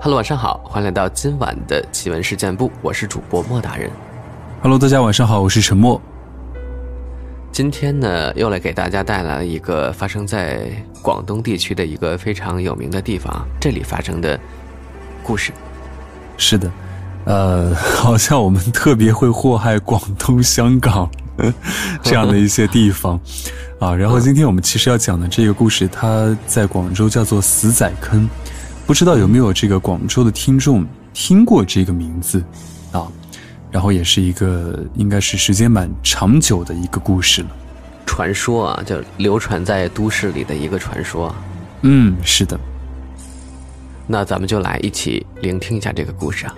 Hello， 晚上好，欢迎来到今晚的奇闻事件部，我是主播莫大人。 Hello， 大家晚上好，我是陈默。 今天呢，又来给大家带来了一个发生在广东地区的一个非常有名的地方，这里发生的故事。 是的，好像我们特别会祸害广东、香港这样的一些地方啊。然后今天我们其实要讲的这个故事，它在广州叫做死仔坑，不知道有没有这个广州的听众听过这个名字啊？然后也是一个应该是时间蛮长久的一个故事了。 传说啊，就流传在都市里的一个传说。 是的。 那咱们就来一起聆听一下这个故事啊。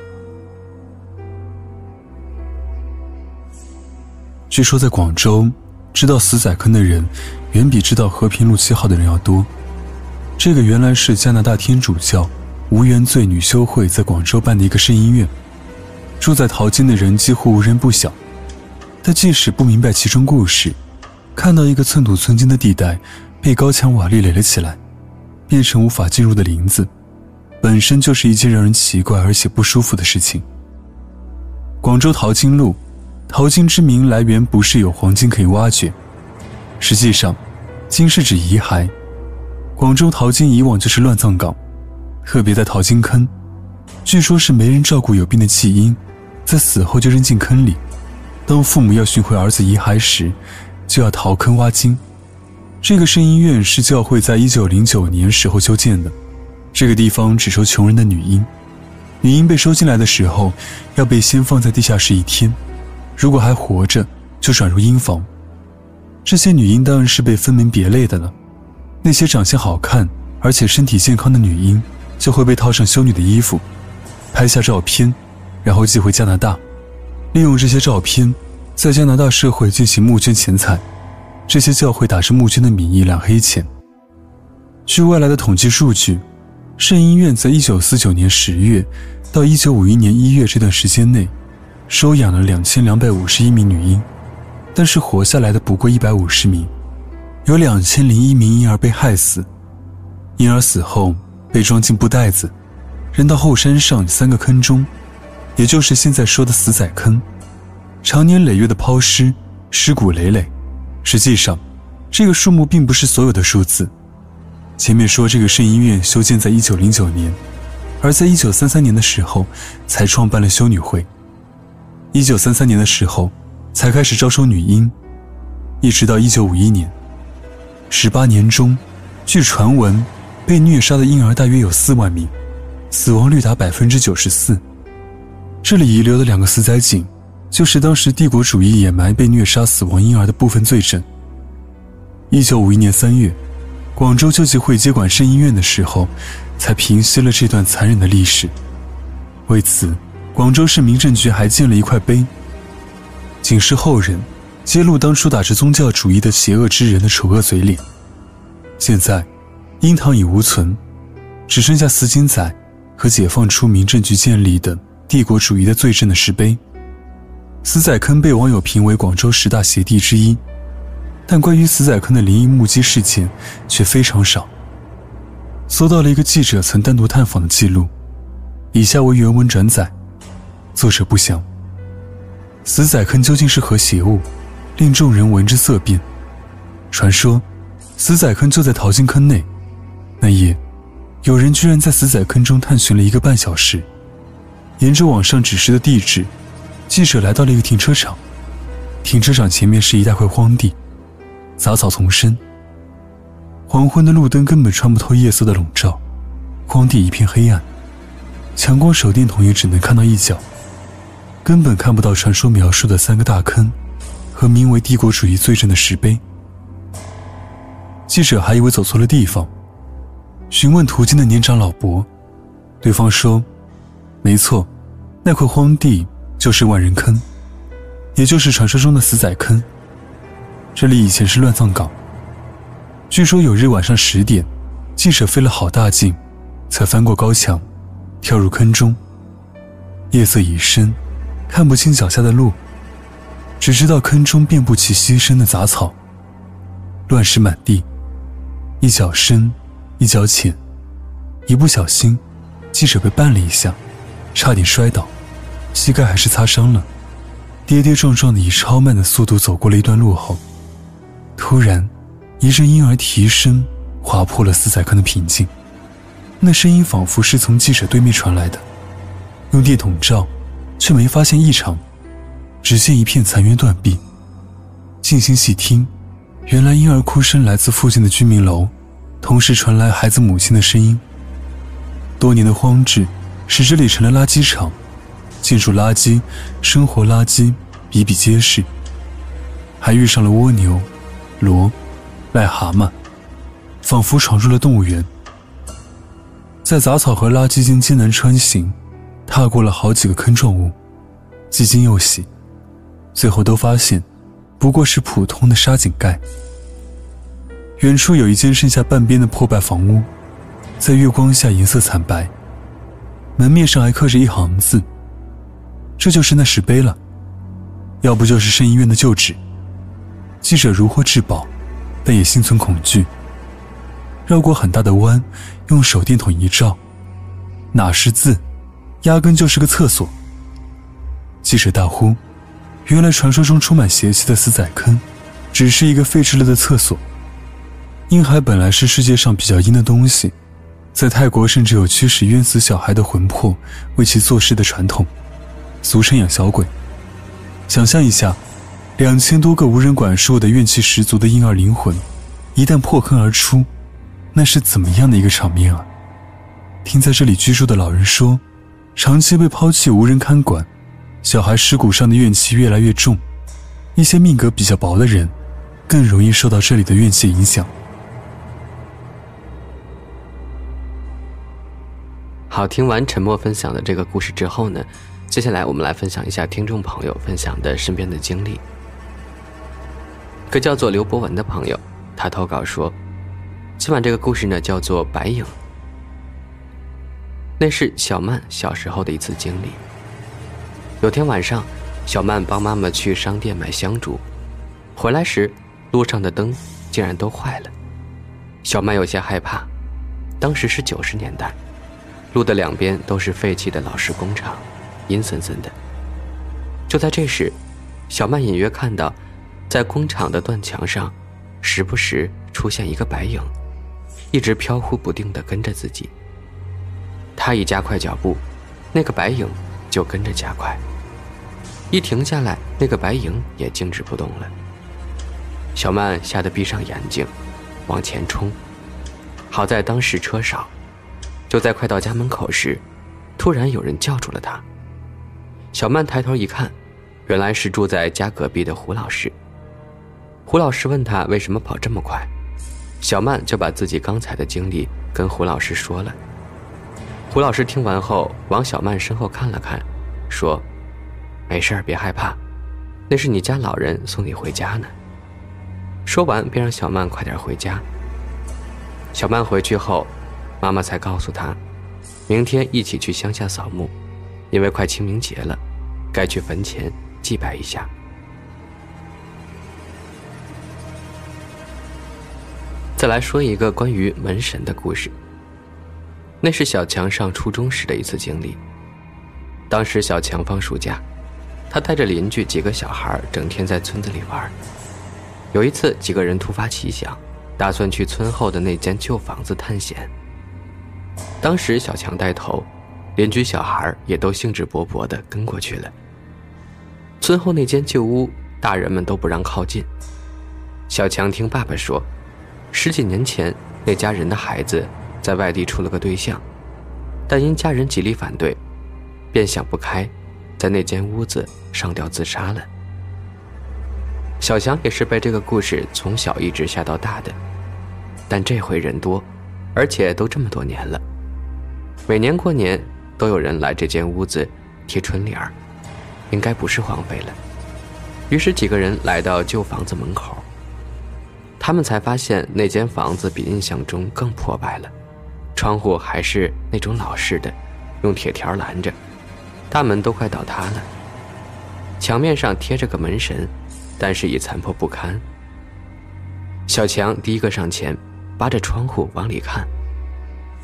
据说在广州，知道死仔坑的人远比知道和平路7号的人要多。这个原来是加拿大天主教无原罪女修会在广州办的一个圣医院，住在淘金的人几乎无人不晓。但即使不明白其中故事，看到一个寸土寸金的地带被高墙瓦砾垒了起来，变成无法进入的林子，本身就是一件让人奇怪而且不舒服的事情。广州淘金路，淘金之名来源不是有黄金可以挖掘，实际上金是指遗骸。广州淘金以往就是乱葬岗，特别在淘金坑，据说是没人照顾有病的弃婴，在死后就扔进坑里，当父母要寻回儿子遗骸时，就要淘坑挖金。这个圣医院是教会在1909年时候修建的，这个地方只收穷人的女婴，女婴被收进来的时候要被先放在地下室1天，如果还活着就转入婴房。这些女婴当然是被分门别类的了，那些长相好看而且身体健康的女婴就会被套上修女的衣服，拍下照片，然后寄回加拿大，利用这些照片在加拿大社会进行募捐钱财，这些教会打着募捐的名义揽黑钱。据外来的统计数据，圣医院在1949年10月到1951年1月这段时间内收养了2251名女婴，但是活下来的不过150名，有2001名婴儿被害死，婴儿死后被装进布袋子扔到后山上3个坑中，也就是现在说的死仔坑，常年累月的抛尸，尸骨累累。实际上这个数目并不是所有的数字。前面说这个圣医院修建在1909年，而在1933年的时候才创办了修女会，1933年的时候才开始招收女婴，一直到1951年，18年中，据传闻被虐杀的婴儿大约有4万名，死亡率达94%。这里遗留的2个死仔井，就是当时帝国主义掩埋被虐杀死亡婴儿的部分罪证。1951年3月，广州救济会接管圣医院的时候，才平息了这段残忍的历史。为此，广州市民政局还建了一块碑，警示后人，揭露当初打着宗教主义的邪恶之人的丑恶嘴脸。现在阴堂已无存，只剩下死井仔和解放初民政局建立的帝国主义的罪证的石碑。死仔坑被网友评为广州10大邪地之一，但关于死仔坑的灵异目击事件却非常少。搜到了一个记者曾单独探访的记录，以下为原文转载，作者不详。死仔坑究竟是何邪物，令众人闻之色变？传说死仔坑就在淘金坑内，那夜有人居然在死仔坑中探寻了1个半小时。沿着网上指示的地址，记者来到了一个停车场，停车场前面是一大块荒地，杂草丛生，黄昏的路灯根本穿不透夜色的笼罩，荒地一片黑暗，强光手电筒也只能看到一角，根本看不到传说描述的3个大坑和名为帝国主义罪证的石碑。记者还以为走错了地方，询问途经的年长老伯，对方说没错，那块荒地就是万人坑，也就是传说中的死仔坑。这里以前是乱葬岗，据说有日晚上10点，记者费了好大劲才翻过高墙跳入坑中，夜色已深，看不清脚下的路，只知道坑中遍布其稀生的杂草，乱石满地，一脚深一脚浅，一不小心记者被绊了一下，差点摔倒，膝盖还是擦伤了，跌跌撞撞地以超慢的速度走过了一段路后，突然一阵婴儿啼声划破了斯宰克的平静。那声音仿佛是从记者对面传来的，用电筒照却没发现异常，只见一片残垣断壁。静心细听，原来婴儿哭声来自附近的居民楼，同时传来孩子母亲的声音。多年的荒置使这里成了垃圾场，建筑垃圾、生活垃圾比比皆是，还遇上了蜗牛、螺、癞蛤蟆，仿佛闯入了动物园。在杂草和垃圾间艰难穿行，踏过了好几个坑状物，既惊又喜，最后都发现不过是普通的沙井盖。远处有一间剩下半边的破败房屋，在月光下颜色惨白，门面上还刻着一行字，这就是那石碑了，要不就是圣医院的旧址。记者如获至宝，但也心存恐惧，绕过很大的弯，用手电筒一照，哪是字，压根就是个厕所。记者大呼，原来传说中充满邪气的死仔坑只是一个废置了的厕所。婴孩本来是世界上比较阴的东西，在泰国甚至有驱使冤死小孩的魂魄为其做事的传统，俗称养小鬼。想象一下，2000多个无人管束的怨气十足的婴儿灵魂一旦破坑而出，那是怎么样的一个场面啊。听在这里居住的老人说，长期被抛弃无人看管，小孩尸骨上的怨气越来越重，一些命格比较薄的人更容易受到这里的怨气影响。 好，听完沉默分享的这个故事之后呢，接下来我们来分享一下听众朋友分享的身边的经历。一个叫做刘博文的朋友，他投稿说，今晚这个故事呢叫做白影。那是小曼小时候的一次经历。有天晚上，小曼帮妈妈去商店买香烛，回来时路上的灯竟然都坏了。小曼有些害怕，当时是90年代，路的两边都是废弃的老式工厂，阴森森的。就在这时，小曼隐约看到在工厂的断墙上时不时出现一个白影，一直飘忽不定地跟着自己。她一加快脚步，那个白影就跟着加快，一停下来，那个白影也静止不动了。小曼吓得闭上眼睛往前冲，好在当时车少，就在快到家门口时，突然有人叫住了她。小曼抬头一看，原来是住在家隔壁的胡老师。胡老师问她为什么跑这么快，小曼就把自己刚才的经历跟胡老师说了。胡老师听完后往小曼身后看了看，说，没事儿，别害怕，那是你家老人送你回家呢。说完便让小曼快点回家。小曼回去后，妈妈才告诉她，明天一起去乡下扫墓，因为快清明节了，该去坟前祭拜一下。再来说一个关于门神的故事。那是小强上初中时的一次经历。当时小强放暑假，他带着邻居几个小孩整天在村子里玩。有一次，几个人突发奇想，打算去村后的那间旧房子探险。当时小强带头，邻居小孩也都兴致勃勃地跟过去了。村后那间旧屋，大人们都不让靠近。小强听爸爸说，10几年前那家人的孩子在外地处了个对象，但因家人极力反对，便想不开，在那间屋子上吊自杀了。小强也是被这个故事从小一直吓到大的，但这回人多，而且都这么多年了，每年过年都有人来这间屋子贴春联儿，应该不是荒废了。于是几个人来到旧房子门口，他们才发现那间房子比印象中更破败了，窗户还是那种老式的，用铁条拦着，大门都快倒塌了。墙面上贴着个门神，但是已残破不堪。小强第一个上前，扒着窗户往里看，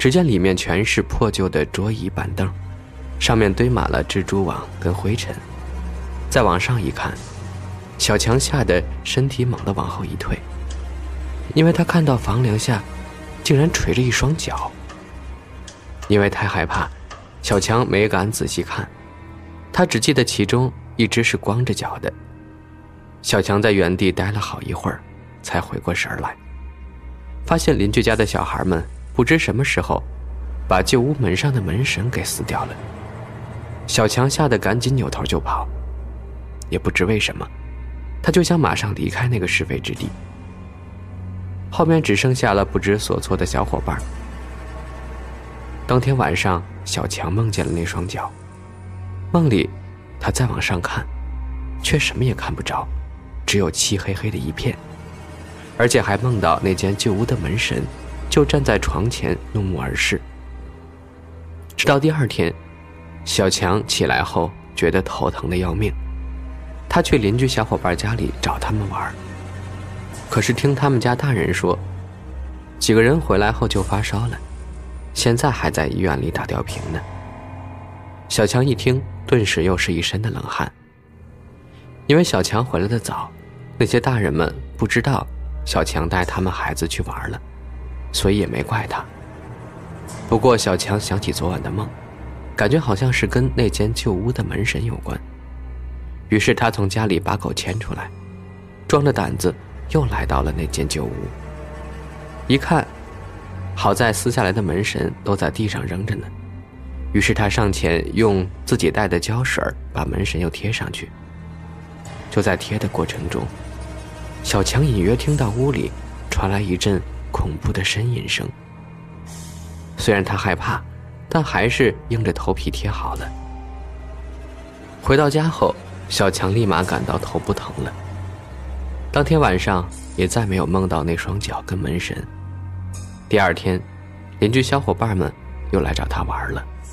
只见里面全是破旧的桌椅板凳，上面堆满了蜘蛛网跟灰尘。再往上一看，小强吓得身体猛地往后一退，因为他看到房梁下竟然垂着一双脚。因为太害怕，小强没敢仔细看，他只记得其中一只是光着脚的。小强在原地待了好一会儿，才回过神来，发现邻居家的小孩们不知什么时候把旧屋门上的门绳给撕掉了。小强吓得赶紧扭头就跑，也不知为什么，他就想马上离开那个是非之地。后面只剩下了不知所措的小伙伴。当天晚上，小强梦见了那双脚，梦里他再往上看，却什么也看不着，只有漆黑黑的一片，而且还梦到那间旧屋的门神就站在床前怒目而视。直到第二天，小强起来后觉得头疼得要命，他去邻居小伙伴家里找他们玩，可是听他们家大人说，几个人回来后就发烧了，现在还在医院里打吊瓶呢。小强一听，顿时又是一身的冷汗。因为小强回来的早，那些大人们不知道小强带他们孩子去玩了，所以也没怪他。不过小强想起昨晚的梦，感觉好像是跟那间旧屋的门神有关，于是他从家里把狗牵出来，壮着胆子又来到了那间旧屋。一看，好在撕下来的门神都在地上扔着呢，于是他上前用自己带的胶水把门神又贴上去。就在贴的过程中，小强隐约听到屋里传来一阵恐怖的呻吟声。虽然他害怕，但还是硬着头皮贴好了。回到家后，小强立马感到头不疼了。当天晚上也再没有梦到那双脚跟门神。第二天，邻居小伙伴们又来找他玩了。